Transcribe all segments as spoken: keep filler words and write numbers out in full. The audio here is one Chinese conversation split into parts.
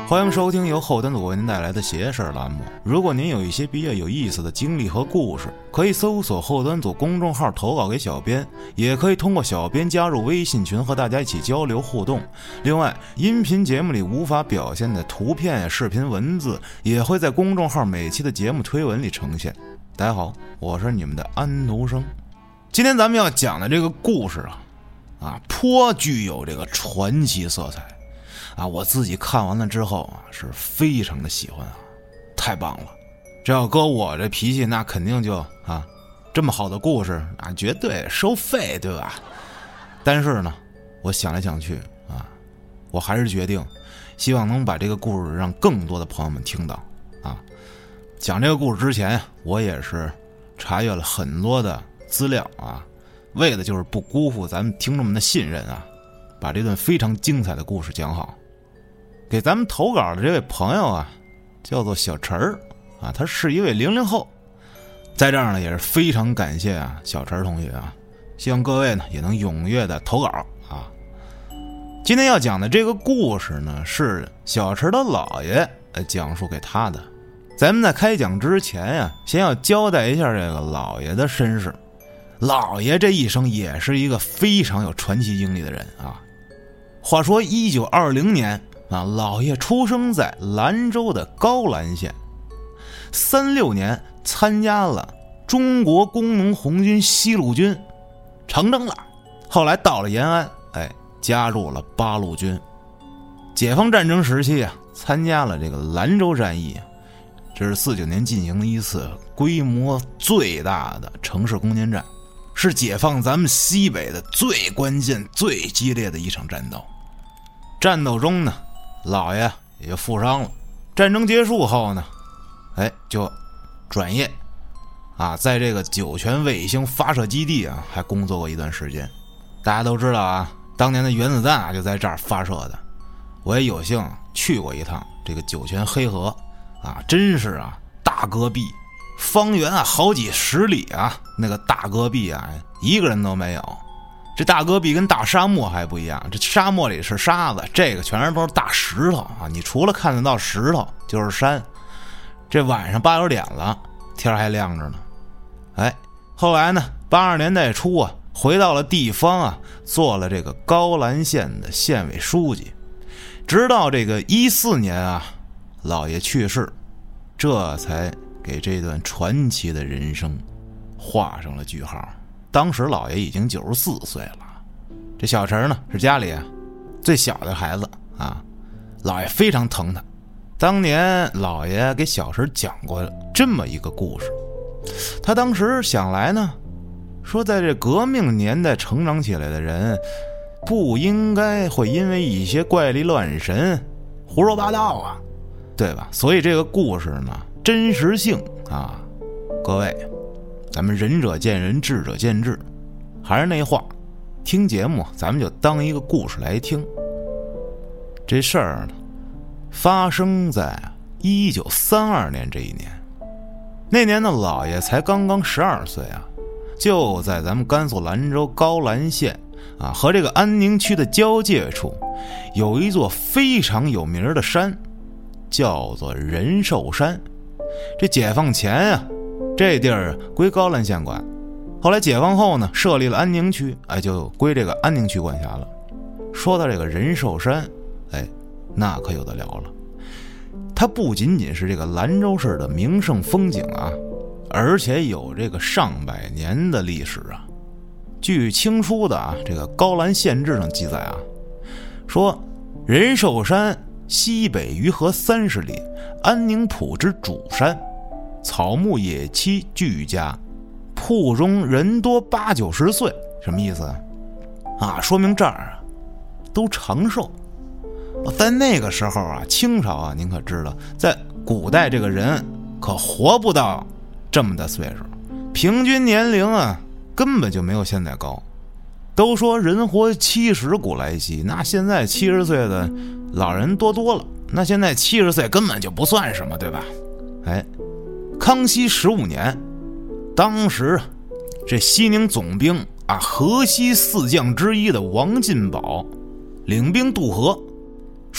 欢迎收听由后端组为您带来的邪事栏目。如果您有一些比较有意思的经历和故事，可以搜索后端组公众号投稿给小编，也可以通过小编加入微信群和大家一起交流互动。另外，音频节目里无法表现的图片、视频、文字也会在公众号每期的节目推文里呈现。大家好，我是你们的安徒生。今天咱们要讲的这个故事啊啊，颇具有这个传奇色彩啊！我自己看完了之后啊，是非常的喜欢啊，太棒了！这要搁我这脾气，那肯定就啊，这么好的故事啊，绝对收费，对吧？但是呢，我想来想去啊，我还是决定，希望能把这个故事让更多的朋友们听到啊。讲这个故事之前，我也是查阅了很多的资料啊，为的就是不辜负咱们听众们的信任啊，把这段非常精彩的故事讲好。给咱们投稿的这位朋友啊，叫做小陈儿啊，他是一位零零后，在这儿呢也是非常感谢啊小陈同学啊，希望各位呢也能踊跃的投稿啊。今天要讲的这个故事呢，是小陈的姥爷呃讲述给他的。咱们在开讲之前呀、啊，先要交代一下这个姥爷的身世。姥爷这一生也是一个非常有传奇经历的人啊。话说一九二零年啊，姥爷出生在兰州的高兰县。三六年参加了中国工农红军西路军，成征了。后来到了延安，哎，加入了八路军。解放战争时期啊，参加了这个兰州战役。这是四九年进行的一次规模最大的城市攻坚战，是解放咱们西北的最关键、最激烈的一场战斗。战斗中呢，老爷也就负伤了。战争结束后呢，哎，就转业啊，在这个酒泉卫星发射基地啊，还工作过一段时间。大家都知道啊，当年的原子弹啊就在这儿发射的。我也有幸去过一趟这个酒泉黑河啊，真是啊，大戈壁，方圆啊好几十里啊，那个大戈壁啊，一个人都没有。这大戈壁跟大沙漠还不一样，这沙漠里是沙子，这个全是都是大石头啊！你除了看得到石头，就是山。这晚上八九点了，天还亮着呢。哎，后来呢，八十年代初啊，回到了地方啊，做了这个高兰县的县委书记，直到这个一四年啊，老爷去世，这才给这段传奇的人生画上了句号。当时老爷已经九十四岁了，这小陈呢是家里啊最小的孩子啊，老爷非常疼他。当年老爷给小陈讲过这么一个故事，他当时想来呢，说在这革命年代成长起来的人，不应该会因为一些怪力乱神胡说八道啊，对吧？所以这个故事呢，真实性啊，各位。咱们仁者见仁，智者见智，还是那话，听节目咱们就当一个故事来听。这事儿呢，发生在一九三二年这一年。那年的老爷才刚刚十二岁啊，就在咱们甘肃兰州高兰县啊和这个安宁区的交界处，有一座非常有名的山，叫做仁寿山。这解放前啊，这地儿归高兰县管，后来解放后呢，设立了安宁区，哎，就归这个安宁区管辖了。说到这个仁寿山，哎，那可有得聊了。它不仅仅是这个兰州市的名胜风景啊，而且有这个上百年的历史啊。据清初的啊这个高兰县志上记载啊，说仁寿山西北于河三十里，安宁浦之主山。草木野栖俱佳，铺中人多八九十岁，什么意思啊？说明这儿啊都长寿。在那个时候啊，清朝啊，您可知道，在古代这个人可活不到这么大岁数，平均年龄啊根本就没有现在高。都说人活七十古来稀，那现在七十岁的老人多多了，那现在七十岁根本就不算什么，对吧？哎。康熙十五年，当时这西宁总兵啊，河西四将之一的王进宝领兵渡河，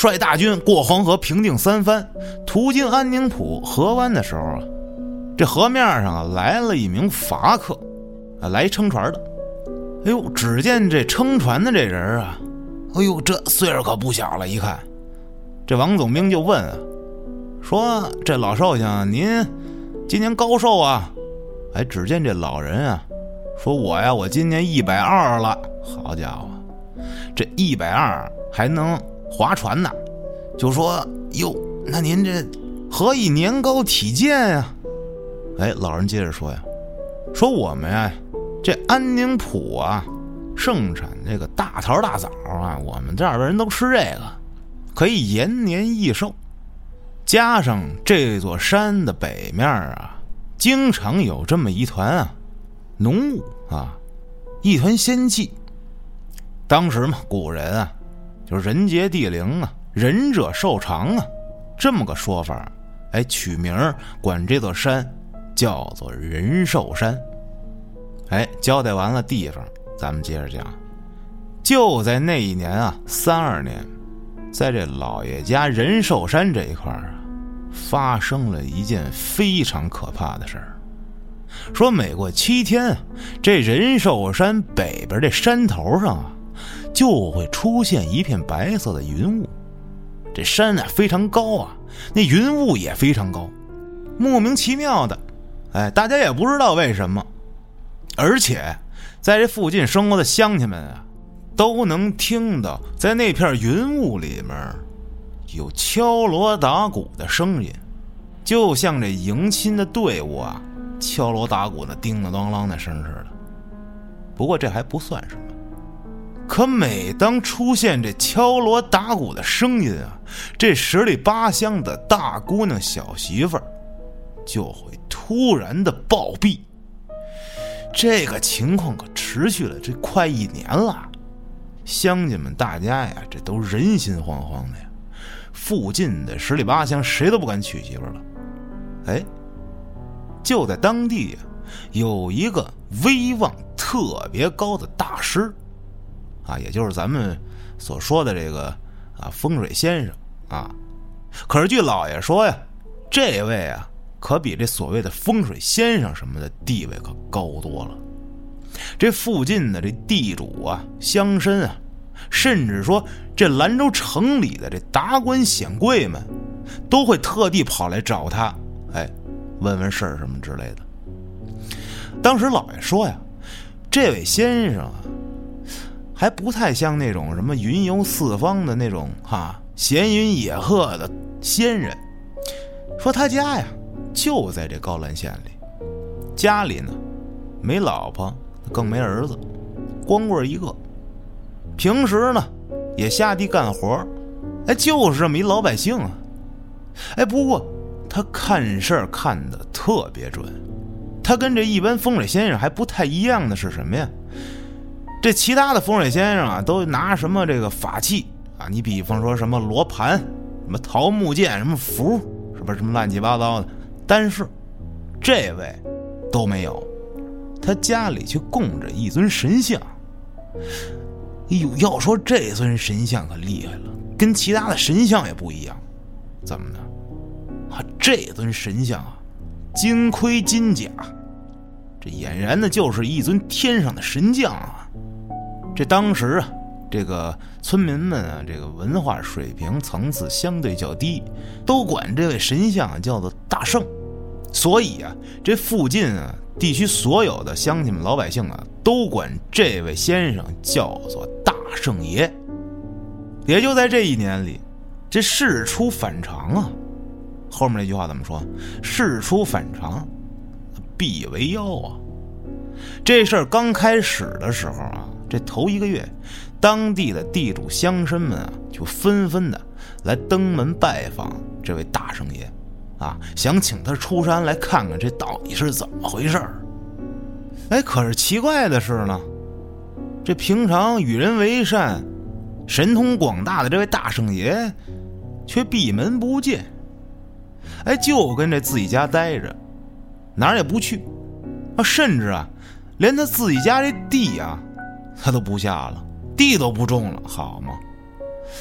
率大军过黄河，平定三藩，途经安宁浦河湾的时候啊，这河面上啊来了一名伐客啊，来撑船的。哎呦，只见这撑船的这人啊，哎呦，这岁数可不小了。一看，这王总兵就问啊，说这老寿星您今年高寿啊？哎，只见这老人啊，说我呀，我今年一百二了。好家伙，这一百二还能划船呢，就说哟，那您这何以年高体健呀？哎，老人接着说呀，说我们呀，这安宁浦啊，盛产这个大桃大枣啊，我们这儿的人都吃这个，可以延年益寿。加上这座山的北面啊，经常有这么一团啊浓雾啊，一团仙气。当时嘛，古人啊，就是人杰地灵啊，仁者寿长啊，这么个说法，哎，取名管这座山叫做仁寿山。哎，交代完了地方，咱们接着讲。就在那一年啊，三二年，在这老爷家仁寿山这一块啊，发生了一件非常可怕的事儿。说每过七天，这仁寿山北边这山头上啊，就会出现一片白色的云雾。这山啊非常高啊，那云雾也非常高，莫名其妙的，哎，大家也不知道为什么。而且在这附近生活的乡亲们啊，都能听到在那片云雾里面有敲锣打鼓的声音，就像这迎亲的队伍啊敲锣打鼓的叮当当啷的声似的。不过这还不算什么，可每当出现这敲锣打鼓的声音啊，这十里八乡的大姑娘小媳妇儿就会突然的暴毙。这个情况可持续了这快一年了，乡亲们大家呀，这都人心惶惶的呀。附近的十里八乡谁都不敢娶媳妇了。哎，就在当地呀，有一个威望特别高的大师啊，也就是咱们所说的这个啊风水先生啊。可是据老爷说呀，这位啊可比这所谓的风水先生什么的地位可高多了。这附近的这地主啊、乡绅啊，甚至说这兰州城里的这达官显贵们，都会特地跑来找他，哎，问问事儿什么之类的。当时老爷说呀，这位先生啊，还不太像那种什么云游四方的那种哈闲云野鹤的仙人。说他家呀就在这高兰县里，家里呢没老婆，更没儿子，光棍一个。平时呢也下地干活，哎，就是这么一老百姓啊。哎，不过他看事儿看得特别准。他跟这一般风水先生还不太一样的是什么呀？这其他的风水先生啊，都拿什么这个法器啊？你比方说什么罗盘、什么桃木剑、什么符，什么什么乱七八糟的。但是这位都没有，他家里却供着一尊神像。哎呦，要说这尊神像可厉害了，跟其他的神像也不一样。怎么呢？啊，这尊神像啊，金盔金甲，这俨然的就是一尊天上的神将啊。这当时啊，这个村民们啊，这个文化水平层次相对较低，都管这位神像叫做大圣。所以啊，这附近啊地区所有的乡亲们老百姓啊，都管这位先生叫做大圣爷。也就在这一年里，这事出反常啊。后面那句话怎么说？事出反常，必为妖啊。这事儿刚开始的时候啊，这头一个月，当地的地主乡绅们啊，就纷纷的来登门拜访这位大圣爷啊，想请他出山来看看这到底是怎么回事儿。哎，可是奇怪的是呢，这平常与人为善、神通广大的这位大圣爷，却闭门不见。哎，就跟这自己家待着，哪儿也不去啊，甚至啊，连他自己家这地啊，他都不下了，地都不种了，好吗？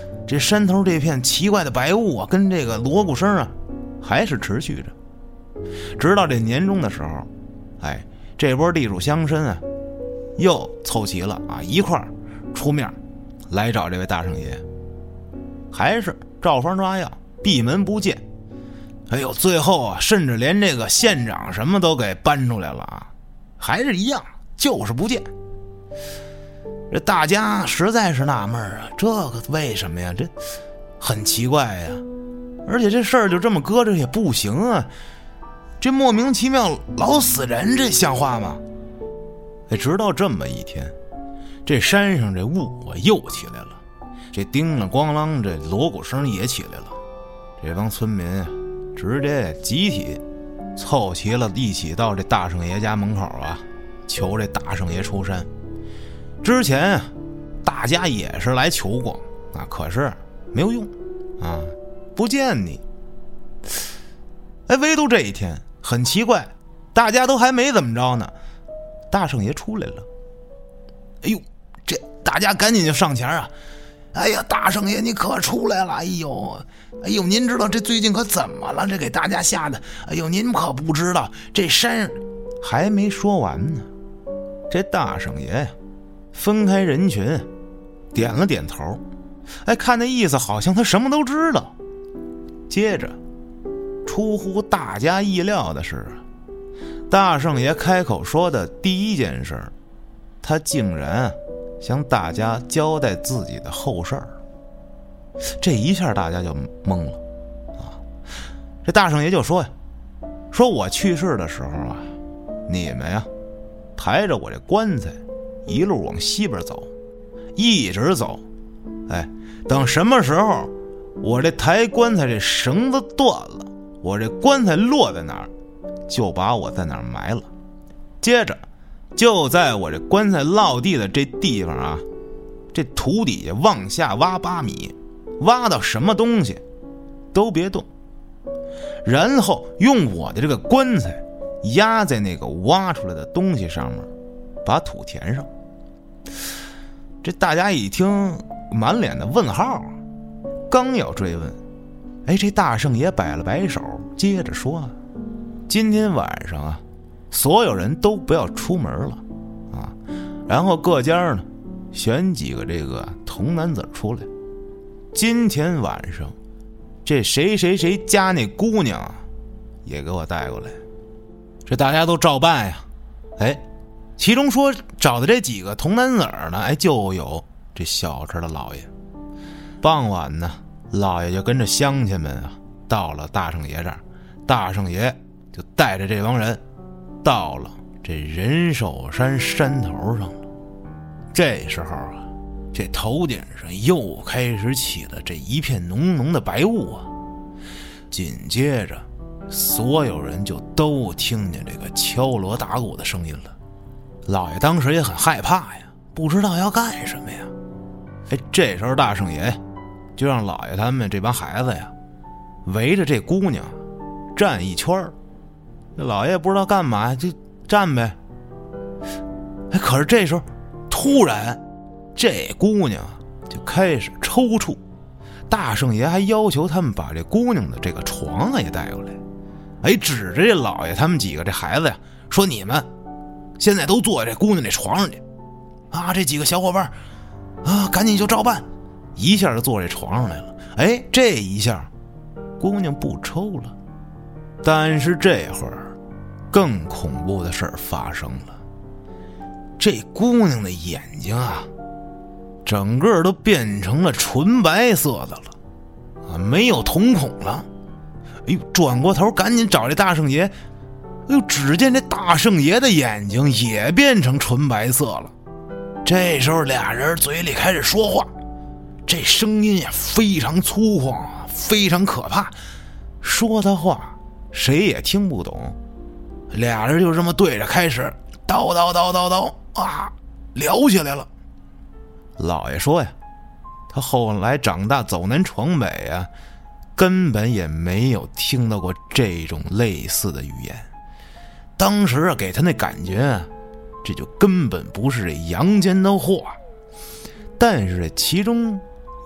这山头这片奇怪的白雾啊，跟这个锣鼓声啊，还是持续着。直到这年终的时候，哎，这波地主乡绅啊，又凑齐了啊，一块儿出面来找这位大圣爷，还是照方抓药，闭门不见。哎呦，最后啊，甚至连这个县长什么都给搬出来了啊，还是一样，就是不见。这大家实在是纳闷啊，这个为什么呀？这很奇怪呀，而且这事儿就这么搁着也不行啊，这莫名其妙老死人，这像话吗？哎，直到这么一天，这山上这雾啊又起来了，这叮了咣啷，这锣鼓声也起来了。这帮村民啊，直接集体凑齐了一起到这大圣爷家门口啊，求这大圣爷出山。之前啊，大家也是来求过啊，可是没有用啊，不见你。哎，唯独这一天很奇怪，大家都还没怎么着呢，大圣爷出来了。哎呦，这大家赶紧就上前啊！哎呀，大圣爷你可出来了！哎呦，哎呦，您知道这最近可怎么了？这给大家吓得，哎呦，您可不知道，这山还没说完呢。这大圣爷呀，分开人群，点了点头，哎，看那意思好像他什么都知道。接着，出乎大家意料的是，大圣爷开口说的第一件事，他竟然向大家交代自己的后事儿。这一下大家就懵了啊！这大圣爷就说呀：“说我去世的时候啊，你们呀抬着我这棺材一路往西边走，一直走，哎，等什么时候我这抬棺材这绳子断了，我这棺材落在哪儿，就把我在哪儿埋了。接着就在我这棺材落地的这地方啊，这土底下往下挖八米，挖到什么东西都别动，然后用我的这个棺材压在那个挖出来的东西上面，把土填上。”这大家一听满脸的问号，刚要追问，哎，这大圣爷摆了摆手，接着说：“今天晚上啊，所有人都不要出门了啊，然后各家呢选几个这个童男子出来，今天晚上这谁谁谁家那姑娘啊也给我带过来。”这大家都照办呀。哎，其中说找的这几个童男子呢，哎，就有这小池的老爷。傍晚呢，老爷就跟着乡亲们啊到了大圣爷这儿，大圣爷就带着这帮人到了这仁寿山山头上了。这时候啊，这头顶上又开始起了这一片浓浓的白雾啊，紧接着所有人就都听见这个敲锣打鼓的声音了。老爷当时也很害怕呀，不知道要干什么呀。哎，这时候大圣爷就让老爷他们这帮孩子呀围着这姑娘站一圈儿。这老爷不知道干嘛，就站呗。哎，可是这时候突然这姑娘就开始抽搐，大圣爷还要求他们把这姑娘的这个床啊也带过来。哎，指着这老爷他们几个这孩子呀说：“你们现在都坐这姑娘这床上去啊！”这几个小伙伴啊赶紧就照办，一下就坐这床上来了。哎，这一下姑娘不抽了。但是这会儿更恐怖的事儿发生了，这姑娘的眼睛啊整个都变成了纯白色的了啊，没有瞳孔了。哎呦，转过头赶紧找这大圣爷。哎呦，只见这大圣爷的眼睛也变成纯白色了。这时候俩人嘴里开始说话，这声音也非常粗犷，非常可怕，说的话谁也听不懂。俩人就这么对着开始叨叨叨叨叨啊，聊起来了。老爷说呀，他后来长大走南闯北啊，根本也没有听到过这种类似的语言。当时啊，给他那感觉啊，这就根本不是这阳间的话。但是这其中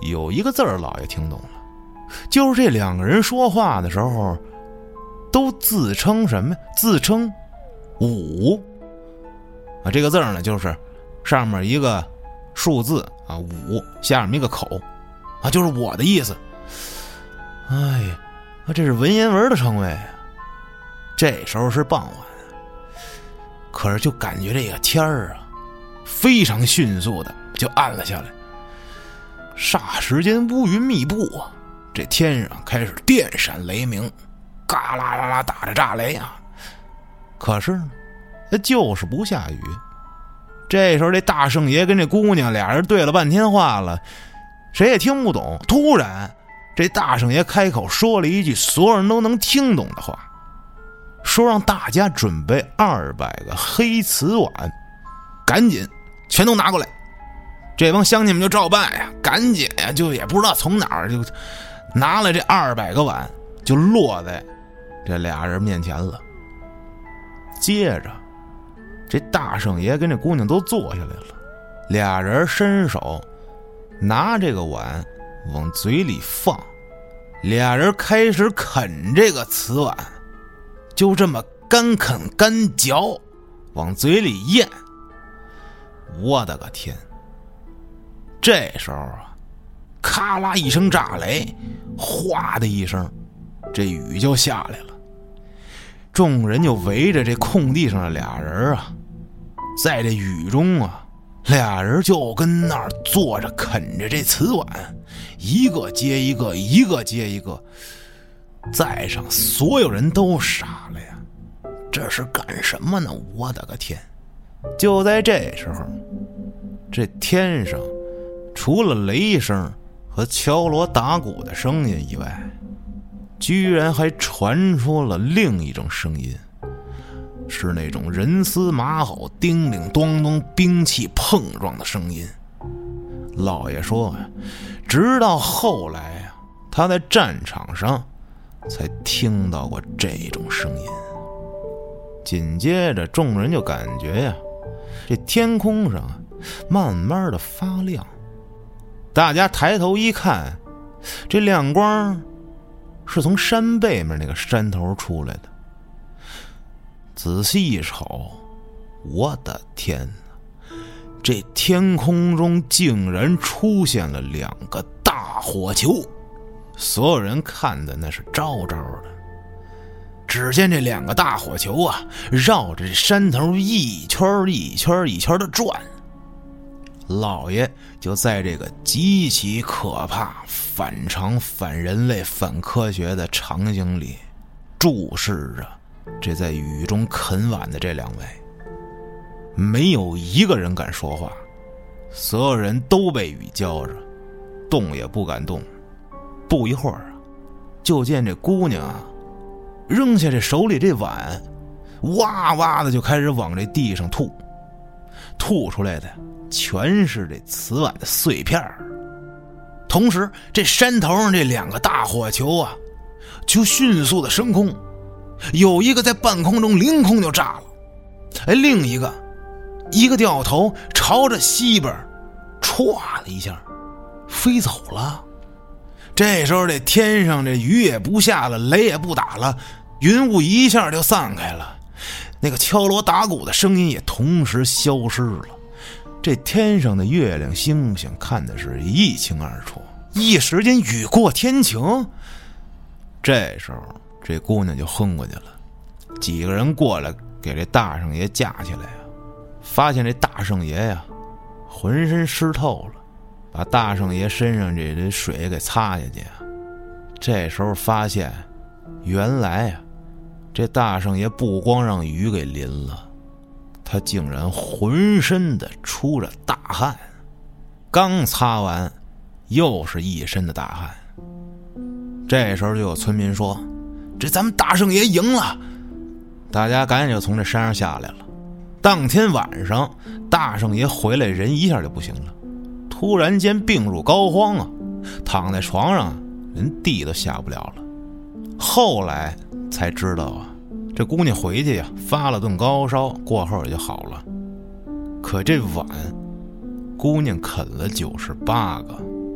有一个字儿老爷听懂了，就是这两个人说话的时候都自称什么？自称五啊，这个字儿呢就是上面一个数字啊五，下面一个口啊，就是我的意思。哎呀，这是文言文的称谓啊。这时候是傍晚，可是就感觉这个天儿啊非常迅速的就暗了下来，霎时间乌云密布啊，这天上开始电闪雷鸣，嘎啦啦啦打着炸雷啊。可是呢就是不下雨。这时候这大圣爷跟这姑娘俩人对了半天话了，谁也听不懂。突然这大圣爷开口说了一句所有人都能听懂的话，说让大家准备二百个黑瓷碗，赶紧全都拿过来。这帮乡亲们就照办呀，赶紧呀，就也不知道从哪儿就拿了这二百个碗，就落在这俩人面前了。接着这大圣爷跟这姑娘都坐下来了，俩人伸手拿这个碗往嘴里放，俩人开始啃这个瓷碗，就这么干啃干嚼，往嘴里咽。我的个天！这时候啊，咔啦一声炸雷，哗的一声，这雨就下来了。众人就围着这空地上的俩人啊，在这雨中啊，俩人就跟那儿坐着啃着这瓷碗，一个接一个，一个接一个。在上所有人都傻了呀，这是干什么呢？我的个天！就在这时候，这天上除了雷声和敲锣打鼓的声音以外，居然还传出了另一种声音，是那种人嘶马吼、叮铃咚咚兵器碰撞的声音。老爷说呀，直到后来呀，他在战场上才听到过这种声音。紧接着众人就感觉呀，这天空上啊慢慢的发亮。大家抬头一看，这亮光是从山背面那个山头出来的。仔细一瞅，我的天哪，这天空中竟然出现了两个大火球。所有人看的那是招招的。只见这两个大火球啊，绕着这山头一圈一圈一圈的转。老爷就在这个极其可怕、反常、反人类、反科学的场景里，注视着这在雨中啃碗的这两位。没有一个人敢说话，所有人都被雨浇着，动也不敢动。不一会儿啊，就见这姑娘啊，扔下这手里这碗，哇哇的就开始往这地上吐，吐出来的全是这瓷碗的碎片。同时这山头上这两个大火球啊，就迅速的升空，有一个在半空中凌空就炸了，哎，另一个一个掉头朝着西边歘的一下飞走了。这时候这天上这雨也不下了，雷也不打了，云雾一下就散开了，那个敲锣打鼓的声音也同时消失了。这天上的月亮星星看的是一清二楚，一时间雨过天晴。这时候这姑娘就昏过去了，几个人过来给这大圣爷架起来啊，发现这大圣爷呀浑身湿透了，把大圣爷身上这这水给擦下去啊。这时候发现原来啊，这大圣爷不光让雨给淋了，他竟然浑身的出着大汗，刚擦完又是一身的大汗。这时候就有村民说，这咱们大圣爷赢了。大家赶紧就从这山上下来了。当天晚上大圣爷回来人一下就不行了，突然间病入膏肓啊，躺在床上连地都下不了了。后来才知道啊，这姑娘回去呀发了顿高烧，过后也就好了。可这碗姑娘啃了九十八个，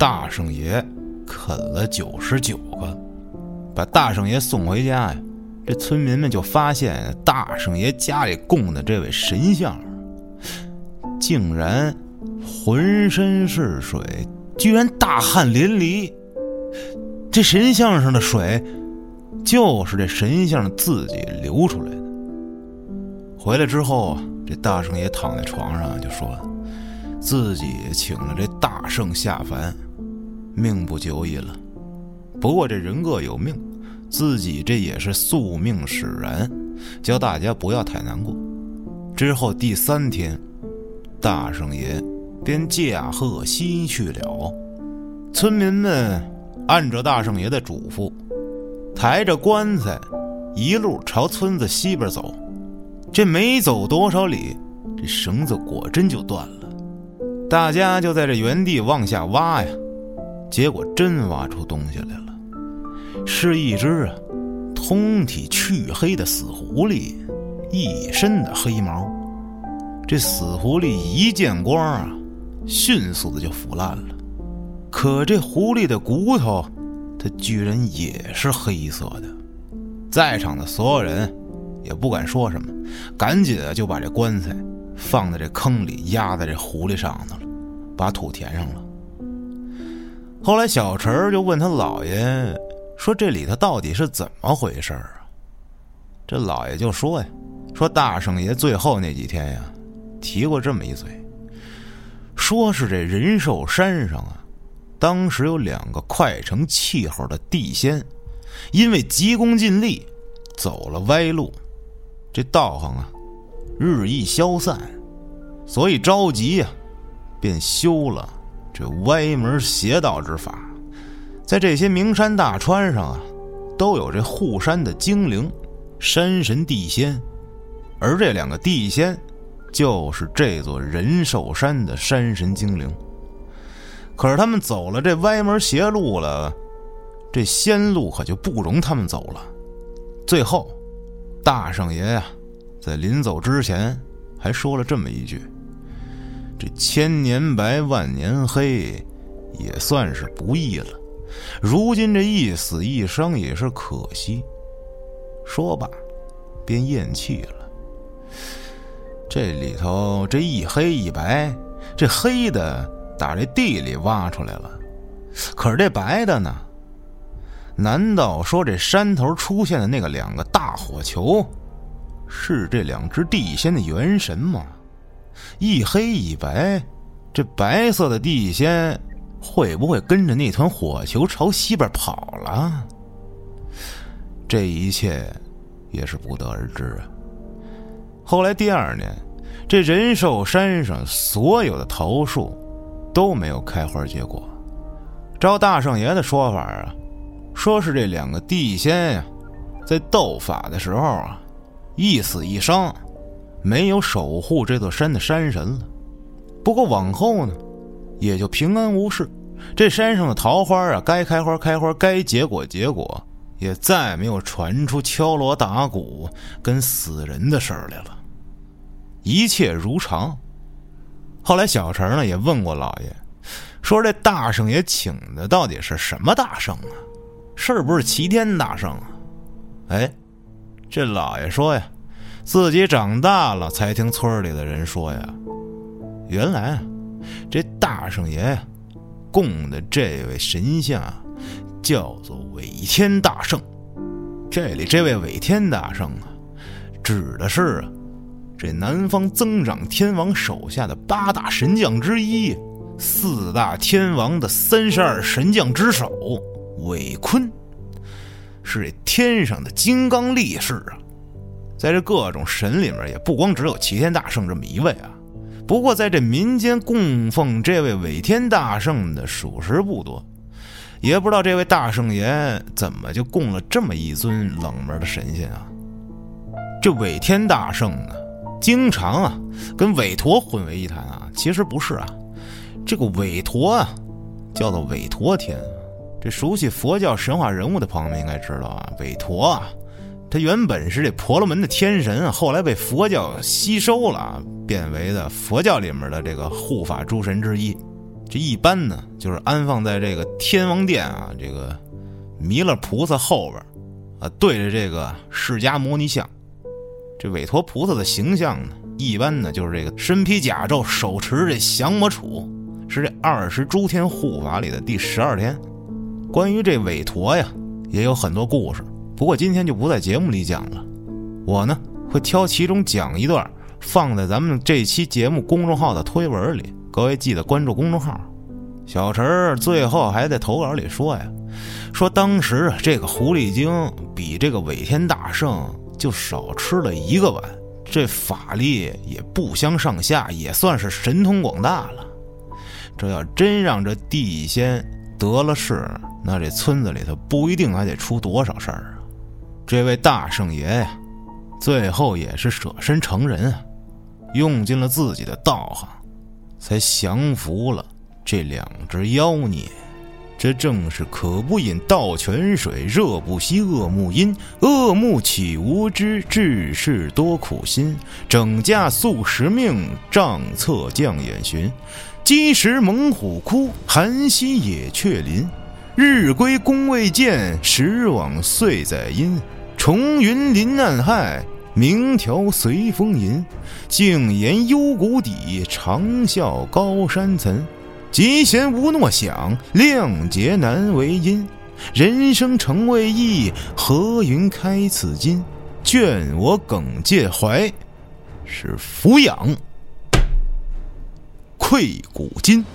大圣爷啃了九十九个。把大圣爷送回家呀，这村民们就发现大圣爷家里供的这位神像竟然浑身是水，居然大汗淋漓。这神像上的水就是这神像自己流出来的。回来之后啊，这大圣爷躺在床上就说自己请了这大圣下凡，命不久矣了。不过这人各有命，自己这也是宿命使然，叫大家不要太难过。之后第三天，大圣爷便驾鹤西去了。村民们按照大圣爷的嘱咐，抬着棺材一路朝村子西边走。这没走多少里，这绳子果真就断了。大家就在这原地往下挖呀，结果真挖出东西来了。是一只啊通体黢黑的死狐狸，一身的黑毛。这死狐狸一见光啊，迅速的就腐烂了。可这狐狸的骨头，它居然也是黑色的。在场的所有人也不敢说什么，赶紧就把这棺材放在这坑里，压在这狐狸上头了，把土填上了。后来小陈就问他姥爷说这里头到底是怎么回事啊？这老爷就说呀，说大圣爷最后那几天呀，提过这么一嘴，说是这仁寿山上啊，当时有两个快成气候的地仙，因为急功近利，走了歪路，这道行啊日益消散，所以着急呀、啊，便修了这歪门邪道之法。在这些名山大川上啊，都有这护山的精灵、山神地仙，而这两个地仙就是这座仁寿山的山神精灵。可是他们走了这歪门邪路了，这仙路可就不容他们走了。最后大圣爷呀、啊，在临走之前还说了这么一句，这千年白万年黑也算是不易了，如今这一死一伤也是可惜。说罢便咽气了。这里头这一黑一白，这黑的打这地里挖出来了，可是这白的呢，难道说这山头出现的那个两个大火球是这两只地仙的元神吗？一黑一白，这白色的地仙会不会跟着那团火球朝西边跑了？这一切也是不得而知啊。后来第二年，这仁寿山上所有的桃树都没有开花结果。照大圣爷的说法啊，说是这两个地仙呀、啊，在斗法的时候啊，一死一伤，没有守护这座山的山神了。不过往后呢，也就平安无事。这山上的桃花啊，该开花开花，该结果结果，也再没有传出敲锣打鼓跟死人的事儿来了，一切如常。后来小陈呢也问过老爷，说这大圣爷请的到底是什么大圣啊？是不是齐天大圣啊？哎，这老爷说呀，自己长大了才听村里的人说呀，原来啊，这大圣爷呀供的这位神像叫做伪天大圣。这里这位伪天大圣啊，指的是啊这南方增长天王手下的八大神将之一，四大天王的三十二神将之首韦坤，是这天上的金刚力士啊。在这各种神里面也不光只有齐天大圣这么一位啊，不过在这民间供奉这位伪天大圣的属实不多，也不知道这位大圣爷怎么就供了这么一尊冷门的神仙啊。这伪天大圣呢，经常啊跟韦陀混为一谈啊，其实不是啊，这个韦陀啊叫做韦陀天。这熟悉佛教神话人物的朋友们应该知道啊，韦陀啊他原本是这婆罗门的天神啊，后来被佛教吸收了，变为的佛教里面的这个护法诸神之一。 这一般呢就是安放在这个天王殿啊，这个弥勒菩萨后边啊，对着这个释迦牟尼像。这韦陀菩萨的形象呢，一般呢就是这个身披甲胄，手持这降魔杵，是这二十诸天护法里的第十二天。关于这韦陀呀，也有很多故事，不过今天就不在节目里讲了。我呢会挑其中讲一段，放在咱们这期节目公众号的推文里，各位记得关注公众号。小陈最后还在投稿里说呀，说当时这个狐狸精比这个韦天大圣就少吃了一个碗，这法力也不相上下，也算是神通广大了。这要真让这地仙得了势，那这村子里头不一定还得出多少事儿啊。这位大圣爷呀，最后也是舍身成人啊，用尽了自己的道行，才降服了这两只妖孽。这正是可不饮盗泉水，热不息恶木阴。恶木岂无知，治世多苦心。整架速食命，帐侧降眼寻。积食猛虎哭，寒溪野雀林。日归宫未见，时往岁在阴。重云临暗害，明条随风吟。静言幽谷底，长啸高山岑。极贤无诺想，亮节难为因。人生诚未易，何云开此金？眷我耿介怀，是俯仰愧古今。